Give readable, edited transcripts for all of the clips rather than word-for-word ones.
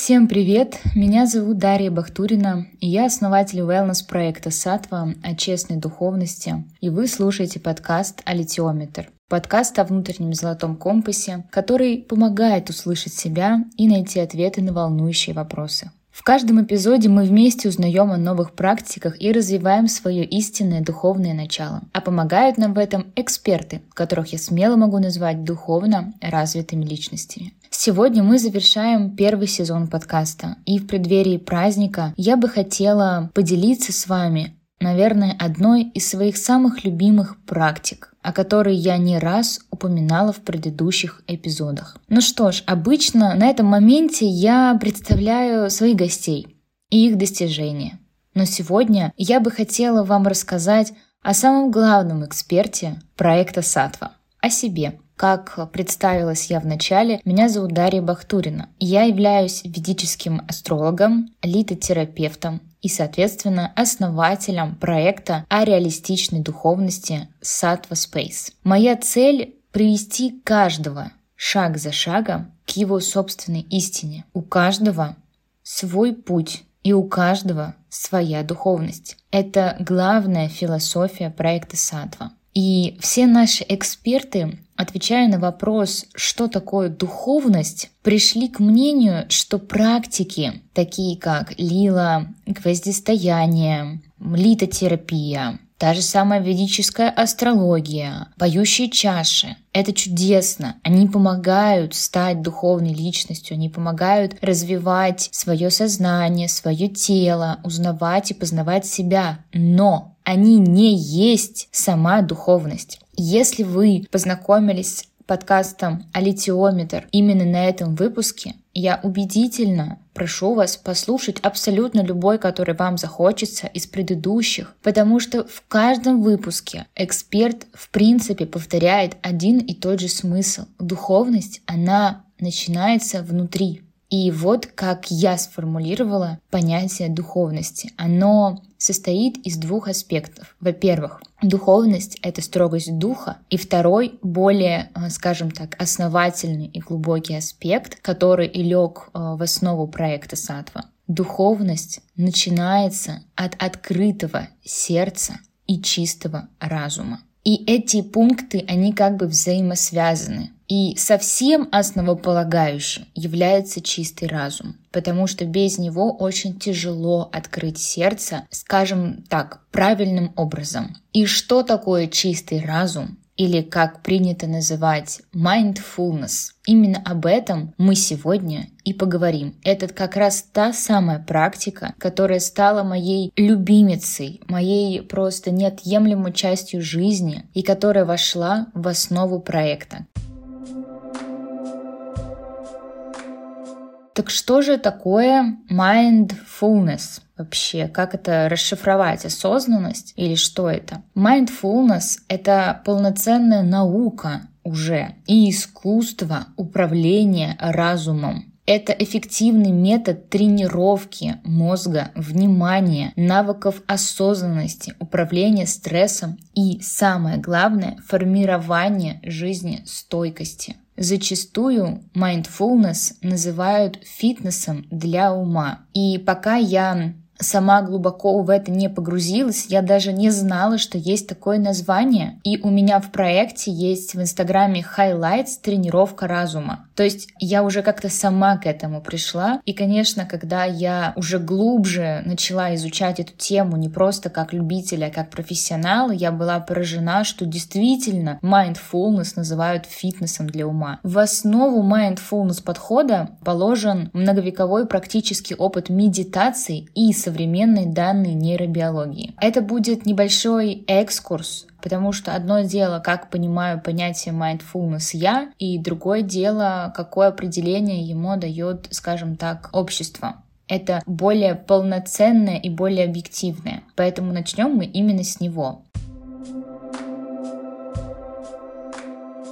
Всем привет! Меня зовут Дарья Бахтурина, и я основатель wellness-проекта «Сатва» о честной духовности, и вы слушаете подкаст «Алитиометр». Подкаст о внутреннем золотом компасе, который помогает услышать себя и найти ответы на волнующие вопросы. В каждом эпизоде мы вместе узнаем о новых практиках и развиваем свое истинное духовное начало. А помогают нам в этом эксперты, которых я смело могу назвать духовно развитыми личностями. Сегодня мы завершаем первый сезон подкаста, и в преддверии праздника я бы хотела поделиться с вами, наверное, одной из своих самых любимых практик, о которой я не раз упоминала в предыдущих эпизодах. Ну что ж, обычно на этом моменте я представляю своих гостей и их достижения. Но сегодня я бы хотела вам рассказать о самом главном эксперте проекта «Сатва» — о себе. Как представилась я в начале, меня зовут Дарья Бахтурина. Я являюсь ведическим астрологом, литотерапевтом и, соответственно, основателем проекта о реалистичной духовности Sattva Space. Моя цель — привести каждого шаг за шагом к его собственной истине. У каждого свой путь, и у каждого своя духовность. Это главная философия проекта Sattva. И все наши эксперты, отвечая на вопрос, что такое духовность, пришли к мнению, что практики, такие как лила, гвоздистояние, литотерапия, та же самая ведическая астрология, поющие чаши — это чудесно. Они помогают стать духовной личностью, они помогают развивать свое сознание, свое тело, узнавать и познавать себя. Но они не есть сама духовность. Если вы познакомились с подкастом «Алитиометр» именно на этом выпуске, я убедительно прошу вас послушать абсолютно любой, который вам захочется из предыдущих, потому что в каждом выпуске эксперт в принципе повторяет один и тот же смысл. Духовность, она начинается внутри. И вот как я сформулировала понятие духовности. Оно состоит из двух аспектов. Во-первых, духовность — это строгость духа. И второй, более, скажем так, основательный и глубокий аспект, который и лег в основу проекта Sattva. Духовность начинается от открытого сердца и чистого разума. И эти пункты, они как бы взаимосвязаны. И совсем основополагающим является чистый разум, потому что без него очень тяжело открыть сердце, скажем так, правильным образом. И что такое чистый разум? Или, как принято называть, mindfulness. Именно об этом мы сегодня и поговорим. Это как раз та самая практика, которая стала моей любимицей, моей просто неотъемлемой частью жизни и которая вошла в основу проекта. Так что же такое mindfulness вообще? Как это расшифровать? Осознанность или что это? Mindfulness — это полноценная наука уже и искусство управления разумом. Это эффективный метод тренировки мозга, внимания, навыков осознанности, управления стрессом и, самое главное, формирования жизнестойкости. Зачастую mindfulness называют фитнесом для ума. И пока я сама глубоко в это не погрузилась, я даже не знала, что есть такое название. И у меня в проекте есть в Инстаграме highlights «Тренировка разума». То есть я уже как-то сама к этому пришла. И, конечно, когда я уже глубже начала изучать эту тему не просто как любитель, а как профессионал, я была поражена, что действительно mindfulness называют фитнесом для ума. В основу mindfulness подхода положен многовековой практический опыт медитации и современные данные нейробиологии. Это будет небольшой экскурс, потому что одно дело, как понимаю понятие mindfulness я, и другое дело, какое определение ему дает, скажем так, общество. Это более полноценное и более объективное. Поэтому начнем мы именно с него.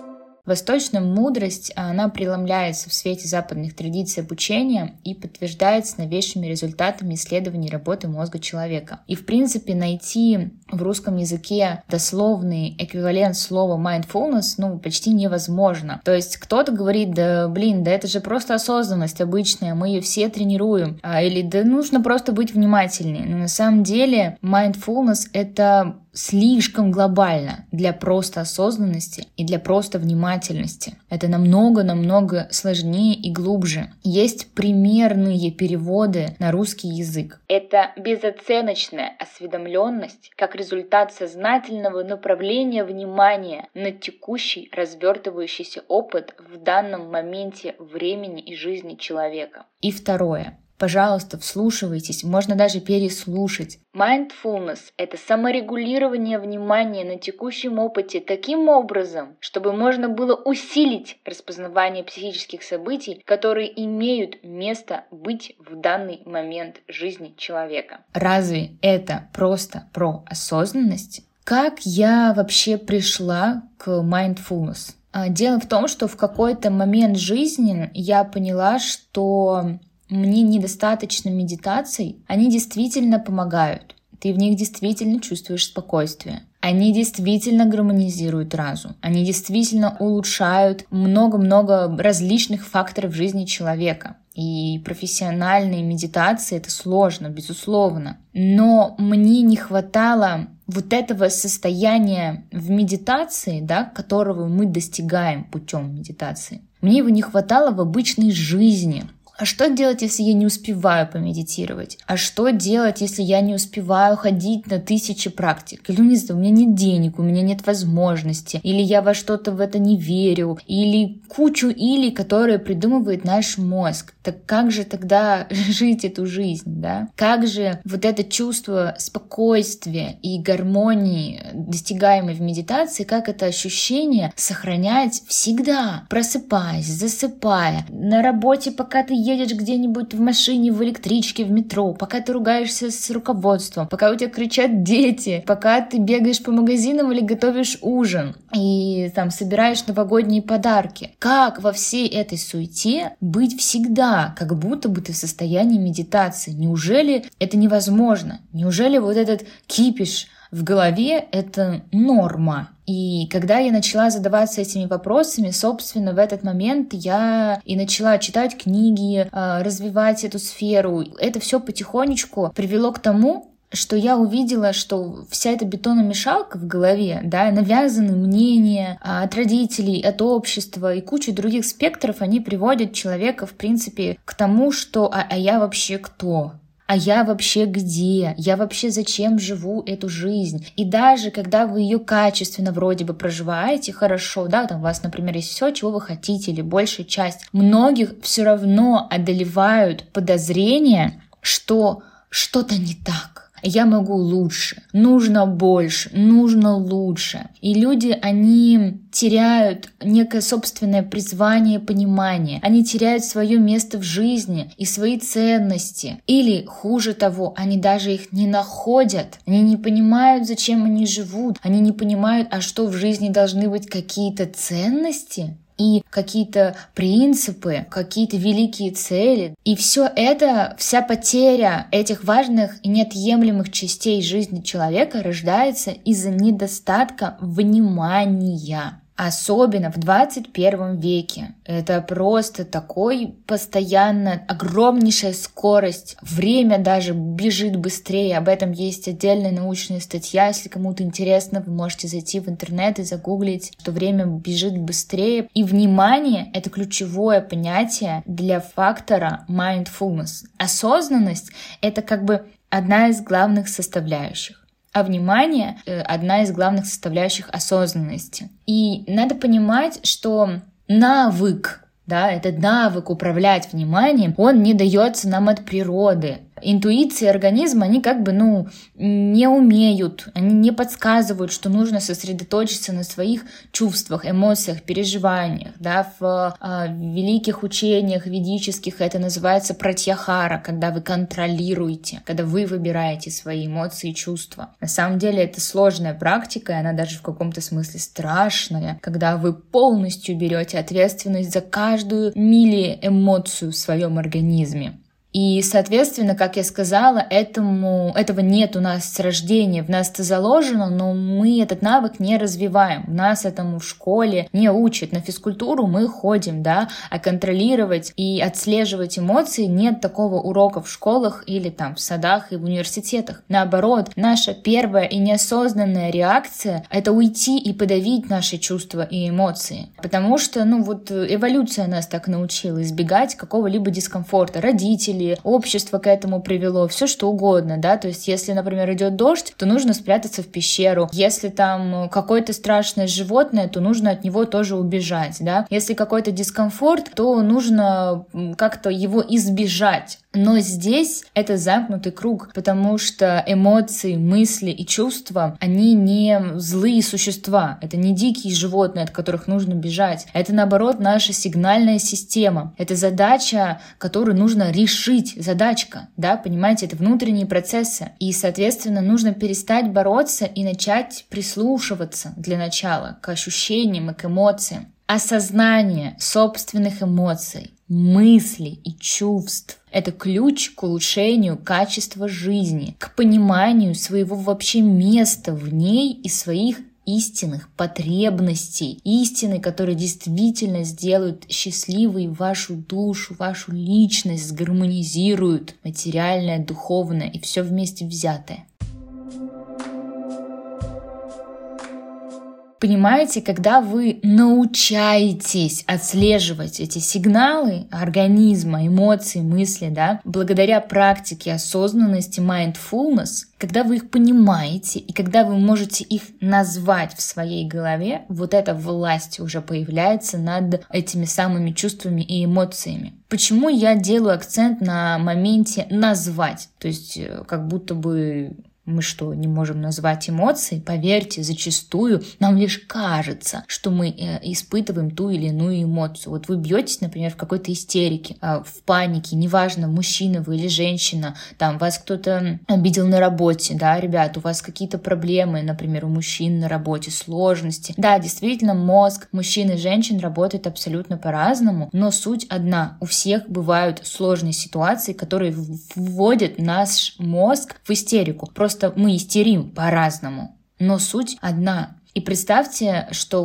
Восточная мудрость, она преломляется в свете западных традиций обучения и подтверждается новейшими результатами исследований работы мозга человека. И, в принципе, найти в русском языке дословный эквивалент слова mindfulness, почти невозможно. То есть кто-то говорит, да это же просто осознанность обычная, мы ее все тренируем. Или да нужно просто быть внимательнее. Но на самом деле mindfulness — это слишком глобально для просто осознанности и для просто внимательности. Это намного сложнее и глубже. Есть примерные переводы на русский язык. Это безоценочная осведомленность как результат сознательного направления внимания на текущий развертывающийся опыт в данном моменте времени и жизни человека. И второе. Пожалуйста, вслушивайтесь, можно даже переслушать. Mindfulness — это саморегулирование внимания на текущем опыте таким образом, чтобы можно было усилить распознавание психических событий, которые имеют место быть в данный момент жизни человека. Разве это просто про осознанность? Как я вообще пришла к mindfulness? Дело в том, что в какой-то момент жизни я поняла, что мне недостаточно медитаций, они действительно помогают. Ты в них действительно чувствуешь спокойствие. Они действительно гармонизируют разум. Они действительно улучшают много-много различных факторов жизни человека. И профессиональные медитации — это сложно, безусловно. Но мне не хватало вот этого состояния в медитации, которого мы достигаем путем медитации. Мне его не хватало в обычной жизни. А что делать, если я не успеваю помедитировать? А что делать, если я не успеваю ходить на 1000 практик? Или, не знаю, у меня нет денег, у меня нет возможности, или я во что-то в это не верю, или кучу «или», которые придумывает наш мозг. Так как же тогда жить эту жизнь, да? Как же вот это чувство спокойствия и гармонии, достигаемой в медитации, как это ощущение сохранять всегда, просыпаясь, засыпая, на работе, пока ты едешь где-нибудь в машине, в электричке, в метро, пока ты ругаешься с руководством, пока у тебя кричат дети, пока ты бегаешь по магазинам или готовишь ужин и там собираешь новогодние подарки. Как во всей этой суете быть всегда, как будто бы ты в состоянии медитации? Неужели это невозможно? Неужели вот этот кипиш в голове — это норма? И когда я начала задаваться этими вопросами, собственно, в этот момент я и начала читать книги, развивать эту сферу. Это все потихонечку привело к тому, что я увидела, что вся эта бетономешалка в голове, навязанные мнения от родителей, от общества и кучу других спектров, они приводят человека, в принципе, к тому, что «а я вообще кто?» А я вообще где? Я вообще зачем живу эту жизнь? И даже когда вы ее качественно вроде бы проживаете, хорошо, там у вас, например, есть все, чего вы хотите, или большая часть, многих все равно одолевают подозрения, что что-то не так. Я могу лучше, нужно больше, нужно лучше. И люди, они теряют некое собственное призвание, понимание. Они теряют свое место в жизни и свои ценности. Или, хуже того, они даже их не находят. Они не понимают, зачем они живут. Они не понимают, а что в жизни должны быть какие-то ценности и какие-то принципы, какие-то великие цели. И все это, вся потеря этих важных и неотъемлемых частей жизни человека рождается из-за недостатка внимания. Особенно в 21 веке. Это просто такой постоянно огромнейшая скорость. Время даже бежит быстрее. Об этом есть отдельная научная статья. Если кому-то интересно, вы можете зайти в интернет и загуглить, что время бежит быстрее. И внимание — это ключевое понятие для фактора mindfulness. Осознанность — это как бы одна из главных составляющих. А внимание — одна из главных составляющих осознанности. И надо понимать, что навык, этот навык управлять вниманием, он не дается нам от природы. интуиции организма, они не умеют, они не подсказывают, что нужно сосредоточиться на своих чувствах, эмоциях, переживаниях. Да? В великих учениях ведических это называется пратьяхара, когда вы контролируете, когда вы выбираете свои эмоции и чувства. На самом деле это сложная практика, и она даже в каком-то смысле страшная, когда вы полностью берете ответственность за каждую миллиэмоцию в своем организме. И, соответственно, как я сказала, этого нет у нас с рождения, в нас это заложено, но мы этот навык не развиваем. Нас этому в школе не учат. На физкультуру мы ходим, да, а контролировать и отслеживать эмоции нет такого урока в школах или в садах и в университетах. Наоборот, наша первая и неосознанная реакция — это уйти и подавить наши чувства и эмоции. Потому что, эволюция нас так научила избегать какого-либо дискомфорта. Родители, общество к этому привело, все что угодно, да, то есть если, например, идет дождь, то нужно спрятаться в пещеру, если там какое-то страшное животное, то нужно от него тоже убежать, да, если какой-то дискомфорт, то нужно как-то его избежать. Но здесь это замкнутый круг, потому что эмоции, мысли и чувства, они не злые существа, это не дикие животные, от которых нужно бежать, это наоборот наша сигнальная система, это задача, которую нужно решить, задачка, да, понимаете, это внутренние процессы, и, соответственно, нужно перестать бороться и начать прислушиваться для начала к ощущениям и к эмоциям. Осознание собственных эмоций, мыслей и чувств — это ключ к улучшению качества жизни, к пониманию своего вообще места в ней и своих истинных потребностей, истины, которые действительно сделают счастливой вашу душу, вашу личность, сгармонизируют материальное, духовное и все вместе взятое. Понимаете, когда вы научаетесь отслеживать эти сигналы организма, эмоции, мысли, да, благодаря практике осознанности, mindfulness, когда вы их понимаете и когда вы можете их назвать в своей голове, вот эта власть уже появляется над этими самыми чувствами и эмоциями. Почему я делаю акцент на моменте назвать? То есть как будто бы мы что, не можем назвать эмоции? Поверьте, зачастую нам лишь кажется, что мы испытываем ту или иную эмоцию. Вот вы бьетесь, например, в какой-то истерике, в панике, неважно, мужчина вы или женщина, вас кто-то обидел на работе, да, ребят, у вас какие-то проблемы, например, у мужчин на работе, сложности. Да, действительно, мозг мужчин и женщин работает абсолютно по-разному, но суть одна. У всех бывают сложные ситуации, которые вводят наш мозг в истерику. Просто мы истерим по-разному, но суть одна. И представьте, что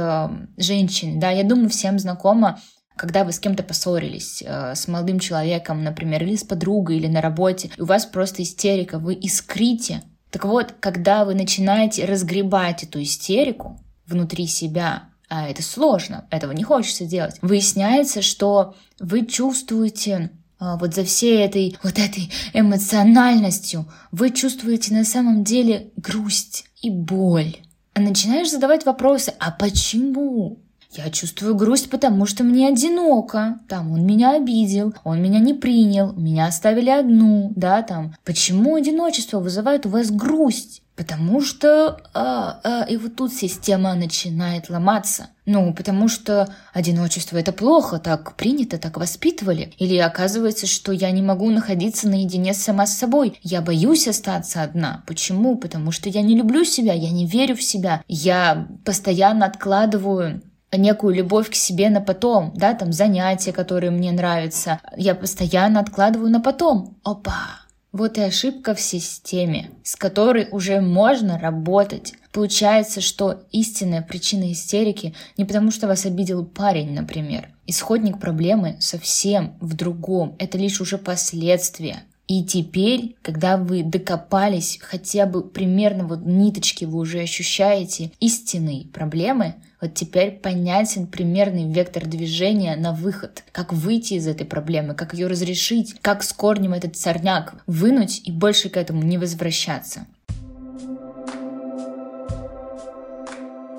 женщины, да, я думаю, всем знакомо, когда вы с кем-то поссорились, с молодым человеком, например, или с подругой, или на работе, и у вас просто истерика, вы искрите. Так вот, когда вы начинаете разгребать эту истерику внутри себя, а это сложно, этого не хочется делать, выясняется, что вы чувствуете за всей этой эмоциональностью вы чувствуете на самом деле грусть и боль. А начинаешь задавать вопросы: а почему? Я чувствую грусть, потому что мне одиноко. Он меня обидел, он меня не принял, меня оставили одну, да, Почему одиночество вызывает у вас грусть? Потому что... И вот тут система начинает ломаться. Потому что одиночество — это плохо, так принято, так воспитывали. Или оказывается, что я не могу находиться наедине сама с собой. Я боюсь остаться одна. Почему? Потому что я не люблю себя, я не верю в себя. Я постоянно откладываю некую любовь к себе на потом, да, занятия, которые мне нравятся. Я постоянно откладываю на потом. Опа! Вот и ошибка в системе, с которой уже можно работать. Получается, что истинная причина истерики не потому, что вас обидел парень, например. Исходник проблемы совсем в другом. Это лишь уже последствия. И теперь, когда вы докопались, хотя бы примерно ниточки вы уже ощущаете истинные проблемы, теперь понятен примерный вектор движения на выход. Как выйти из этой проблемы, как ее разрешить, как с корнем этот сорняк вынуть и больше к этому не возвращаться.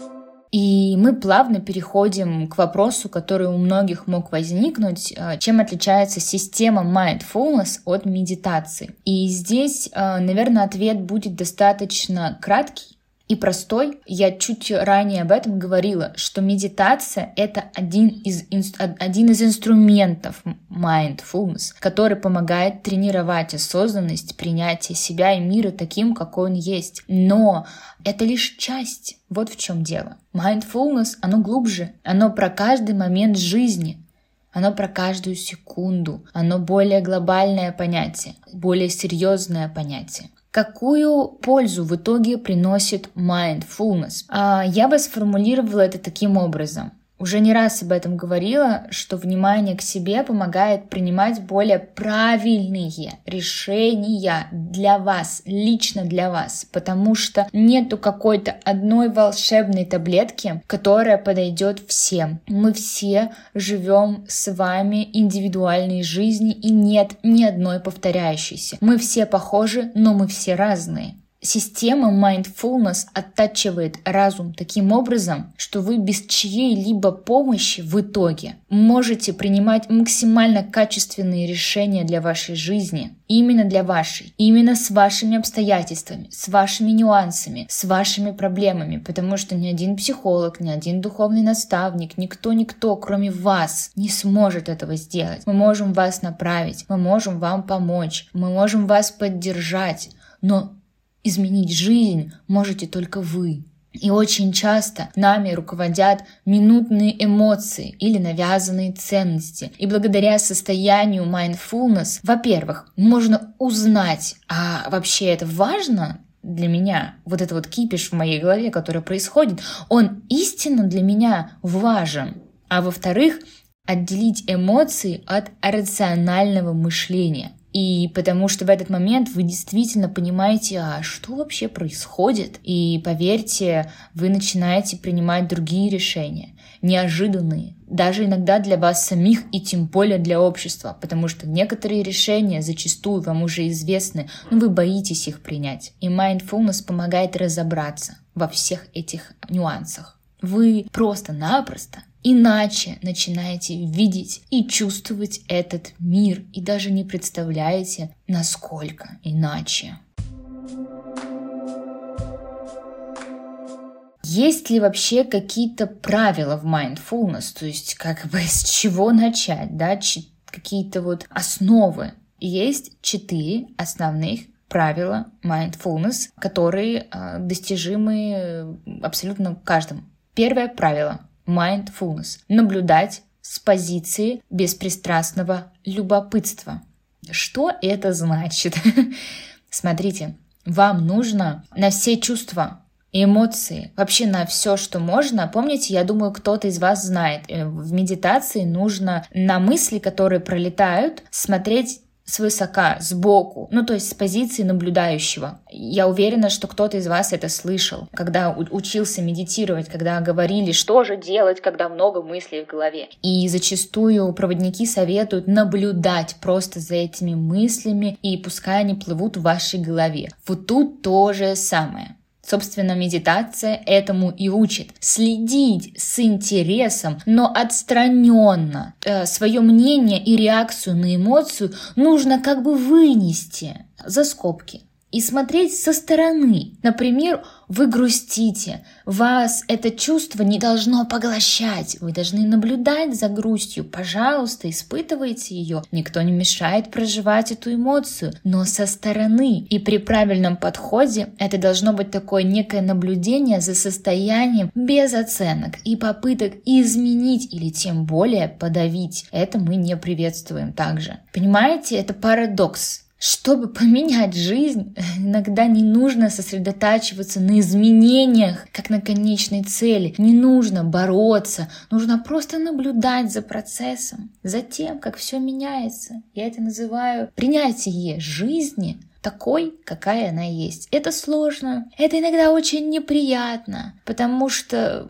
И мы плавно переходим к вопросу, который у многих мог возникнуть, чем отличается система mindfulness от медитации. И здесь, наверное, ответ будет достаточно краткий и простой. Я чуть ранее об этом говорила, что медитация — это один из инструментов mindfulness, который помогает тренировать осознанность, принятие себя и мира таким, какой он есть. Но это лишь часть. Вот в чем дело. Mindfulness, оно глубже, оно про каждый момент жизни. Оно про каждую секунду. Оно более глобальное понятие, более серьезное понятие. Какую пользу в итоге приносит mindfulness? Я бы сформулировала это таким образом. Уже не раз об этом говорила, что внимание к себе помогает принимать более правильные решения для вас, лично для вас, потому что нету какой-то одной волшебной таблетки, которая подойдет всем. Мы все живем с вами индивидуальной жизни, и нет ни одной повторяющейся. Мы все похожи, но мы все разные. Система mindfulness оттачивает разум таким образом, что вы без чьей-либо помощи в итоге можете принимать максимально качественные решения для вашей жизни. Именно для вашей. Именно с вашими обстоятельствами, с вашими нюансами, с вашими проблемами. Потому что ни один психолог, ни один духовный наставник, никто, кроме вас, не сможет этого сделать. Мы можем вас направить, мы можем вам помочь, мы можем вас поддержать. Но изменить жизнь можете только вы. И очень часто нами руководят минутные эмоции или навязанные ценности. И благодаря состоянию mindfulness, во-первых, можно узнать, а вообще это важно для меня? Вот это вот кипиш в моей голове, который происходит, он истинно для меня важен. А во-вторых, отделить эмоции от рационального мышления. И потому что в этот момент вы действительно понимаете, а что вообще происходит. И поверьте, вы начинаете принимать другие решения, неожиданные, даже иногда для вас самих и тем более для общества, потому что некоторые решения зачастую вам уже известны, но вы боитесь их принять. И mindfulness помогает разобраться во всех этих нюансах. Вы просто-напросто иначе начинаете видеть и чувствовать этот мир, и даже не представляете, насколько иначе. Есть ли вообще какие-то правила в mindfulness, то есть с чего начать, да, какие-то вот основы? Есть 4 основных правила mindfulness, которые достижимы абсолютно каждому. Первое правило mindfulness — наблюдать с позиции беспристрастного любопытства. Что это значит? Смотрите, вам нужно на все чувства, эмоции, вообще на все, что можно. Помните, я думаю, кто-то из вас знает, в медитации нужно на мысли, которые пролетают, смотреть свысока, сбоку, то есть с позиции наблюдающего. Я уверена, что кто-то из вас это слышал, когда учился медитировать, когда говорили, что же делать, когда много мыслей в голове. И зачастую проводники советуют наблюдать просто за этими мыслями, и пускай они плывут в вашей голове. Вот тут то же самое. Собственно, медитация этому и учит. Следить с интересом, но отстраненно. Свое мнение и реакцию на эмоцию нужно вынести за скобки и смотреть со стороны. Например, вы грустите, вас это чувство не должно поглощать. Вы должны наблюдать за грустью. Пожалуйста, испытывайте ее. Никто не мешает проживать эту эмоцию, но со стороны. И при правильном подходе это должно быть такое некое наблюдение за состоянием без оценок и попыток изменить или тем более подавить. Это мы не приветствуем также. Понимаете, это парадокс. Чтобы поменять жизнь, иногда не нужно сосредотачиваться на изменениях, как на конечной цели. Не нужно бороться, нужно просто наблюдать за процессом, за тем, как все меняется. Я это называю принятие жизни такой, какая она есть. Это сложно, это иногда очень неприятно, потому что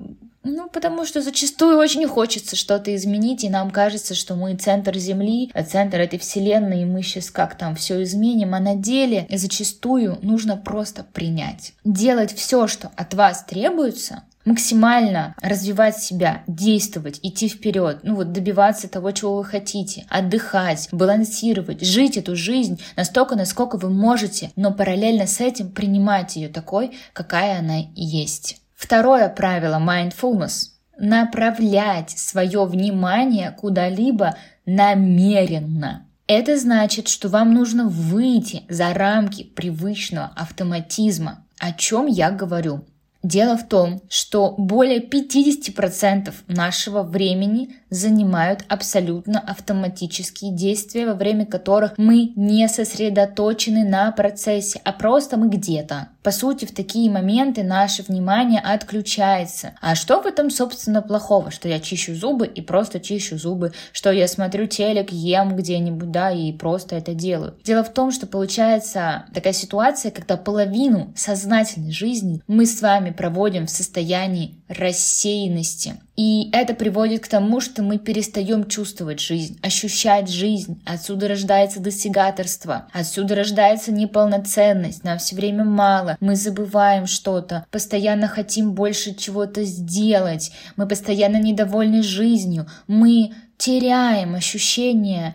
зачастую очень хочется что-то изменить, и нам кажется, что мы центр Земли, центр этой вселенной, и мы сейчас все изменим, а на деле зачастую нужно просто принять. Делать все, что от вас требуется, максимально развивать себя, действовать, идти вперед, добиваться того, чего вы хотите, отдыхать, балансировать, жить эту жизнь настолько, насколько вы можете, но параллельно с этим принимать ее такой, какая она есть. Второе правило mindfulness – направлять свое внимание куда-либо намеренно. Это значит, что вам нужно выйти за рамки привычного автоматизма. О чем я говорю? Дело в том, что более 50% нашего времени занимают абсолютно автоматические действия, во время которых мы не сосредоточены на процессе, а просто мы где-то. По сути, в такие моменты наше внимание отключается. А что в этом, собственно, плохого? Что я чищу зубы и просто чищу зубы, что я смотрю телек, ем где-нибудь, и просто это делаю. Дело в том, что получается такая ситуация, когда половину сознательной жизни мы с вами проводим в состоянии рассеянности. И это приводит к тому, что мы перестаем чувствовать жизнь, ощущать жизнь. Отсюда рождается достигаторство, отсюда рождается неполноценность, нам все время мало, мы забываем что-то, постоянно хотим больше чего-то сделать, мы постоянно недовольны жизнью, мы теряем ощущение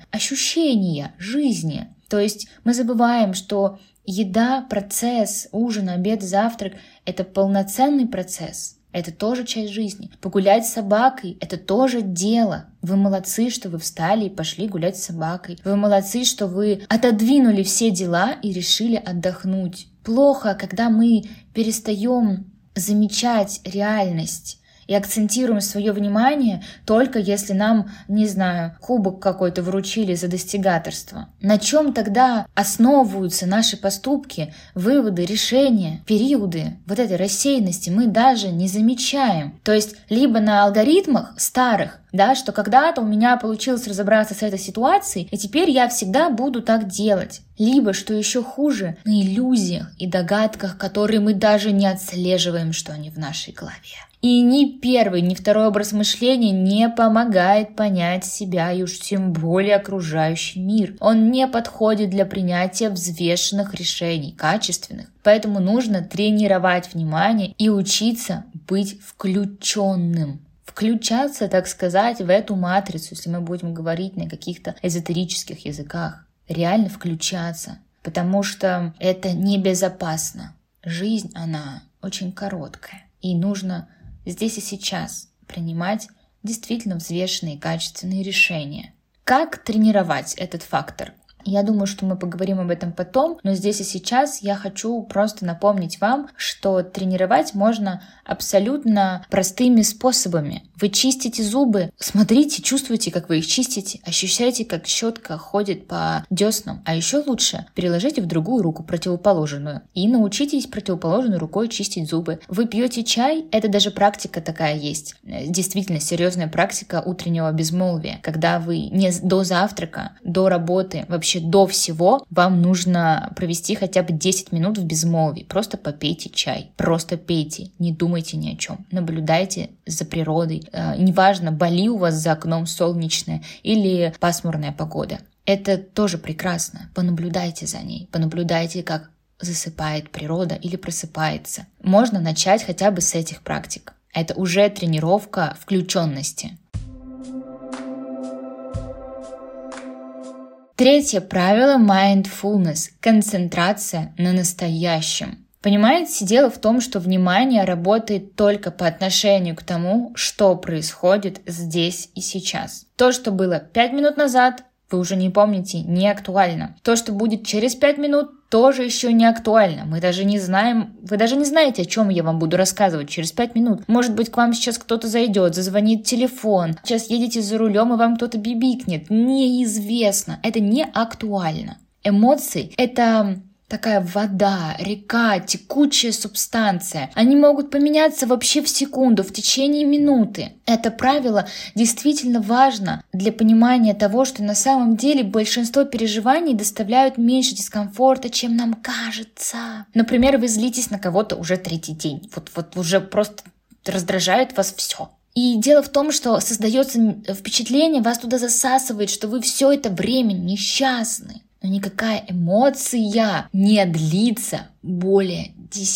жизни. То есть мы забываем, что еда, процесс, ужин, обед, завтрак – это полноценный процесс. Это тоже часть жизни. Погулять с собакой – это тоже дело. Вы молодцы, что вы встали и пошли гулять с собакой. Вы молодцы, что вы отодвинули все дела и решили отдохнуть. Плохо, когда мы перестаем замечать реальность и акцентируем свое внимание только если нам, кубок какой-то вручили за достигаторство. На чем тогда основываются наши поступки, выводы, решения, периоды вот этой рассеянности мы даже не замечаем. То есть либо на алгоритмах старых, что когда-то у меня получилось разобраться с этой ситуацией, и теперь я всегда буду так делать. Либо, что еще хуже, на иллюзиях и догадках, которые мы даже не отслеживаем, что они в нашей голове. И ни первый, ни второй образ мышления не помогает понять себя и уж тем более окружающий мир. Он не подходит для принятия взвешенных решений, качественных. Поэтому нужно тренировать внимание и учиться быть включенным. Включаться, так сказать, в эту матрицу, если мы будем говорить на каких-то эзотерических языках. Реально включаться, потому что это небезопасно. Жизнь, она очень короткая. И нужно здесь и сейчас принимать действительно взвешенные и качественные решения. Как тренировать этот фактор? Я думаю, что мы поговорим об этом потом, но здесь и сейчас я хочу просто напомнить вам, что тренировать можно абсолютно простыми способами. Вы чистите зубы, смотрите, чувствуйте, как вы их чистите, ощущайте, как щетка ходит по деснам. А еще лучше переложите в другую руку, противоположную, и научитесь противоположной рукой чистить зубы. Вы пьете чай, это даже практика такая есть. Действительно серьезная практика утреннего безмолвия, когда вы не до завтрака, до работы, вообще до всего вам нужно провести хотя бы 10 минут в безмолвии. Просто попейте чай, просто пейте, не думайте ни о чем, наблюдайте за природой. Неважно, Бали у вас за окном солнечная или пасмурная погода. Это тоже прекрасно. Понаблюдайте за ней, понаблюдайте, как засыпает природа или просыпается. Можно начать хотя бы с этих практик. Это уже тренировка включенности. Третье правило mindfulness – концентрация на настоящем. Понимаете, дело в том, что внимание работает только по отношению к тому, что происходит здесь и сейчас. То, что было 5 минут назад, вы уже не помните, не актуально. То, что будет через 5 минут, тоже еще не актуально. Мы даже не знаем, вы даже не знаете, о чем я вам буду рассказывать через 5 минут. Может быть, к вам сейчас кто-то зайдет, зазвонит телефон. Сейчас едете за рулем, и вам кто-то бибикнет. Неизвестно. Это не актуально. Эмоции — это такая вода, река, текучая субстанция. Они могут поменяться вообще в секунду, в течение минуты. Это правило действительно важно для понимания того, что на самом деле большинство переживаний доставляют меньше дискомфорта, чем нам кажется. Например, вы злитесь на кого-то уже 3-й день. Вот уже просто раздражает вас все. И дело в том, что создается впечатление, вас туда засасывает, что вы все это время несчастны. Но никакая эмоция не длится более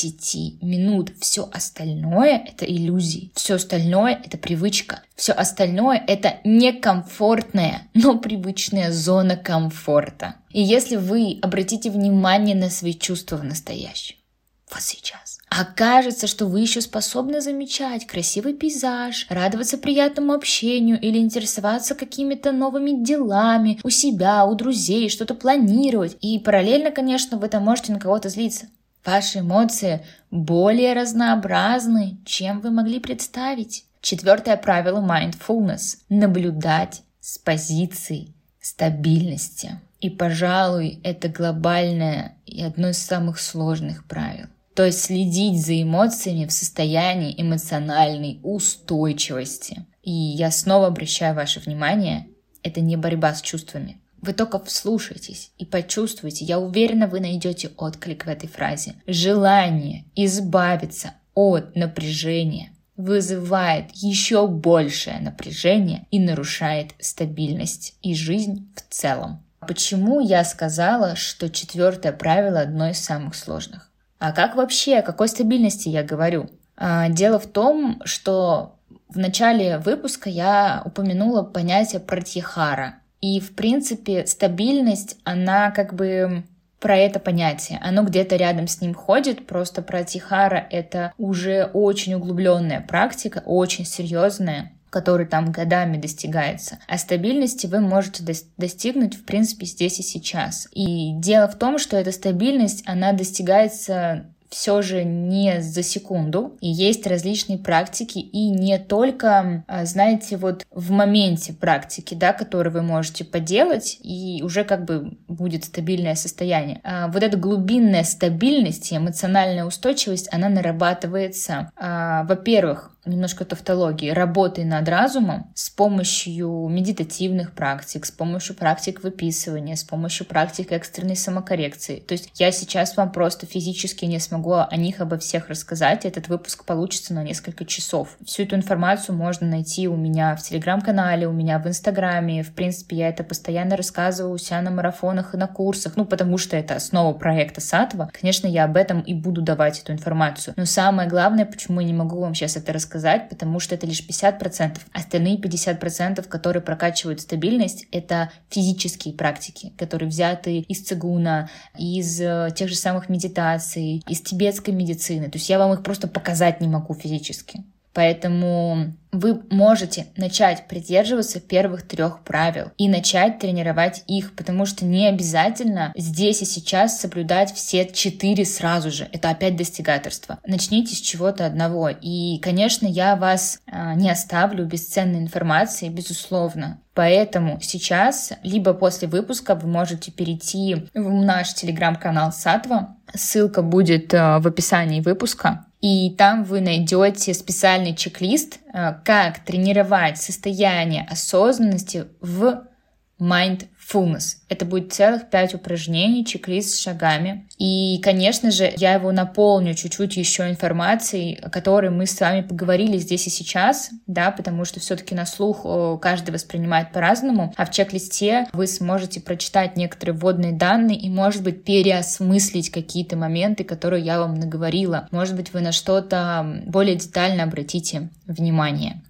10 минут. Все остальное — это иллюзии. Все остальное — это привычка. Все остальное — это некомфортная, но привычная зона комфорта. И если вы обратите внимание на свои чувства в настоящем, вот сейчас, окажется, что вы еще способны замечать красивый пейзаж, радоваться приятному общению или интересоваться какими-то новыми делами у себя, у друзей, что-то планировать. И параллельно, конечно, вы там можете на кого-то злиться. Ваши эмоции более разнообразны, чем вы могли представить. 4 правило mindfulness – наблюдать с позиции стабильности. И, пожалуй, это глобальное и одно из самых сложных правил. То есть следить за эмоциями в состоянии эмоциональной устойчивости. И я снова обращаю ваше внимание, это не борьба с чувствами. Вы только вслушайтесь и почувствуйте, я уверена, вы найдете отклик в этой фразе. Желание избавиться от напряжения вызывает еще большее напряжение и нарушает стабильность и жизнь в целом. Почему я сказала, что 4 правило одно из самых сложных? А как вообще, о какой стабильности я говорю? Дело в том, что в начале выпуска я упомянула понятие пратьяхара. И, в принципе, стабильность, она как бы про это понятие. Оно где-то рядом с ним ходит, просто пратьяхара — это уже очень углубленная практика, очень серьезная, который там годами достигается. А стабильности вы можете достигнуть, в принципе, здесь и сейчас. И дело в том, что эта стабильность, она достигается все же не за секунду. И есть различные практики, и не только, знаете, вот в моменте практики, да, которые вы можете поделать, и уже как бы будет стабильное состояние. Вот эта глубинная стабильность и эмоциональная устойчивость, она нарабатывается, во-первых, немножко тавтологии, работой над разумом с помощью медитативных практик, с помощью практик выписывания, с помощью практик экстренной самокоррекции. То есть я сейчас вам просто физически не смогу о них обо всех рассказать. Этот выпуск получится на несколько часов. Всю эту информацию можно найти у меня в Телеграм-канале, у меня в Инстаграме. В принципе, я это постоянно рассказываю у себя на марафонах и на курсах, потому что это основа проекта Саттва. Конечно, я об этом и буду давать эту информацию. Но самое главное, почему я не могу вам сейчас это рассказать, потому что это лишь 50%. Остальные 50%, которые прокачивают стабильность, это физические практики, которые взяты из цигуна, из тех же самых медитаций, из тибетской медицины. То есть я вам их просто показать не могу физически. Поэтому вы можете начать придерживаться первых 3 правил и начать тренировать их, потому что не обязательно здесь и сейчас соблюдать все 4 сразу же. Это опять достигаторство. Начните с чего-то одного. И, конечно, я вас не оставлю без ценной информации, безусловно. Поэтому сейчас, либо после выпуска, вы можете перейти в наш телеграм-канал Саттва. Ссылка будет в описании выпуска. И там вы найдете специальный чек-лист, как тренировать состояние осознанности в mindfulness. Это будет целых 5 упражнений, чек-лист с шагами. И, конечно же, я его наполню чуть-чуть еще информацией, о которой мы с вами поговорили здесь и сейчас, да, потому что все-таки на слух каждый воспринимает по-разному, а в чек-листе вы сможете прочитать некоторые вводные данные и, может быть, переосмыслить какие-то моменты, которые я вам наговорила. Может быть, вы на что-то более детально обратите внимание.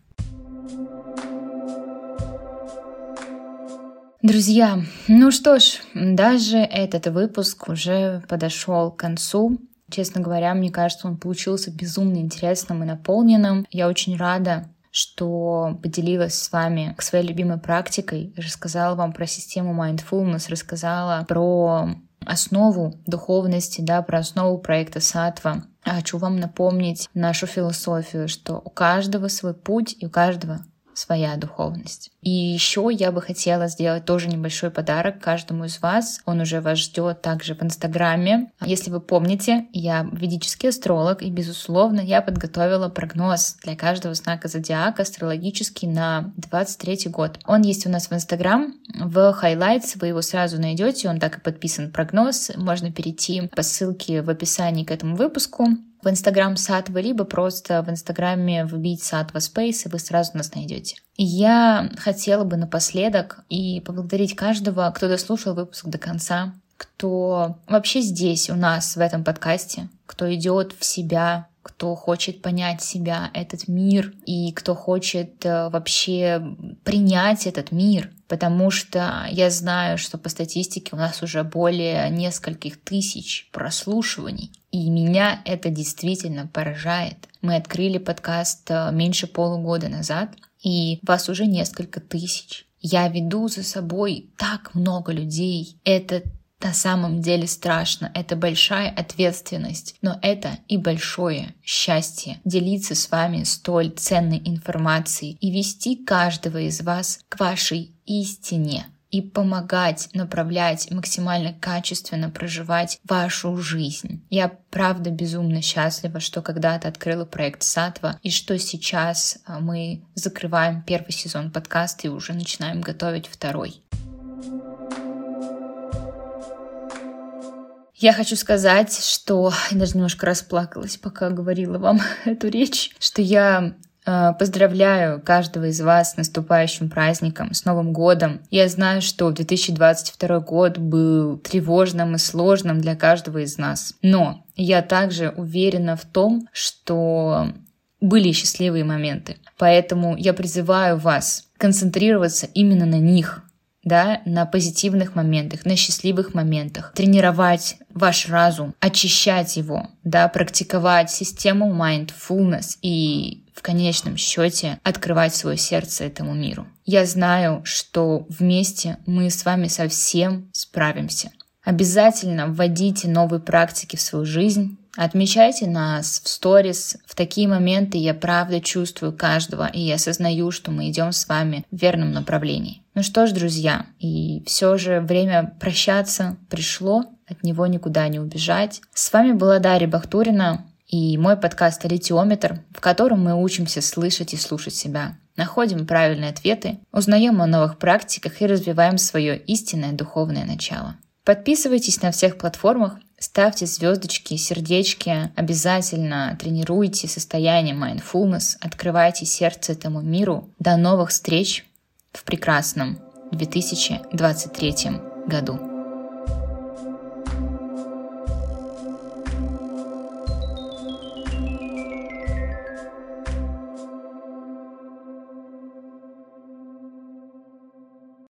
Друзья, ну что ж, даже этот выпуск уже подошел к концу. Честно говоря, мне кажется, он получился безумно интересным и наполненным. Я очень рада, что поделилась с вами своей любимой практикой, рассказала вам про систему mindfulness, рассказала про основу духовности, да, про основу проекта Саттва. Хочу вам напомнить нашу философию, что у каждого свой путь и у каждого своя духовность. И еще я бы хотела сделать тоже небольшой подарок каждому из вас. Он уже вас ждет также в Инстаграме. Если вы помните, я ведический астролог, и, безусловно, я подготовила прогноз для каждого знака зодиака астрологический на 23 год. Он есть у нас в Инстаграм, в Highlights, вы его сразу найдете, он так и подписан прогноз. Можно перейти по ссылке в описании к этому выпуску в Instagram Сатва, либо просто в Инстаграме вбить Сатва Space, и вы сразу нас найдете. И я хотела бы напоследок и поблагодарить каждого, кто дослушал выпуск до конца, кто вообще здесь у нас в этом подкасте, кто идет в себя, кто хочет понять себя, этот мир, и кто хочет вообще принять этот мир. Потому что я знаю, что по статистике у нас уже более нескольких тысяч прослушиваний. И меня это действительно поражает. Мы открыли подкаст меньше полугода назад, и вас уже несколько тысяч. Я веду за собой так много людей. Это на самом деле страшно, это большая ответственность, но это и большое счастье делиться с вами столь ценной информацией и вести каждого из вас к вашей истине и помогать, направлять, максимально качественно проживать вашу жизнь. Я правда безумно счастлива, что когда-то открыла проект Сатва и что сейчас мы закрываем первый сезон подкаста и уже начинаем готовить второй. Я хочу сказать, что я даже немножко расплакалась, пока говорила вам эту речь, что я поздравляю каждого из вас с наступающим праздником, с Новым годом. Я знаю, что 2022 год был тревожным и сложным для каждого из нас. Но я также уверена в том, что были счастливые моменты. Поэтому я призываю вас концентрироваться именно на них, да, на позитивных моментах, на счастливых моментах, тренировать ваш разум, очищать его, да, практиковать систему mindfulness и в конечном счете открывать свое сердце этому миру. Я знаю, что вместе мы с вами совсем справимся. Обязательно вводите новые практики в свою жизнь, отмечайте нас в сторис. В такие моменты я правда чувствую каждого, и я осознаю, что мы идем с вами в верном направлении. Ну что ж, друзья, и все же время прощаться пришло, от него никуда не убежать. С вами была Дарья Бахтурина и мой подкаст «Алитиометр», в котором мы учимся слышать и слушать себя, находим правильные ответы, узнаем о новых практиках и развиваем свое истинное духовное начало. Подписывайтесь на всех платформах, ставьте звездочки, сердечки, обязательно тренируйте состояние mindfulness, открывайте сердце этому миру. До новых встреч в прекрасном 2023 году.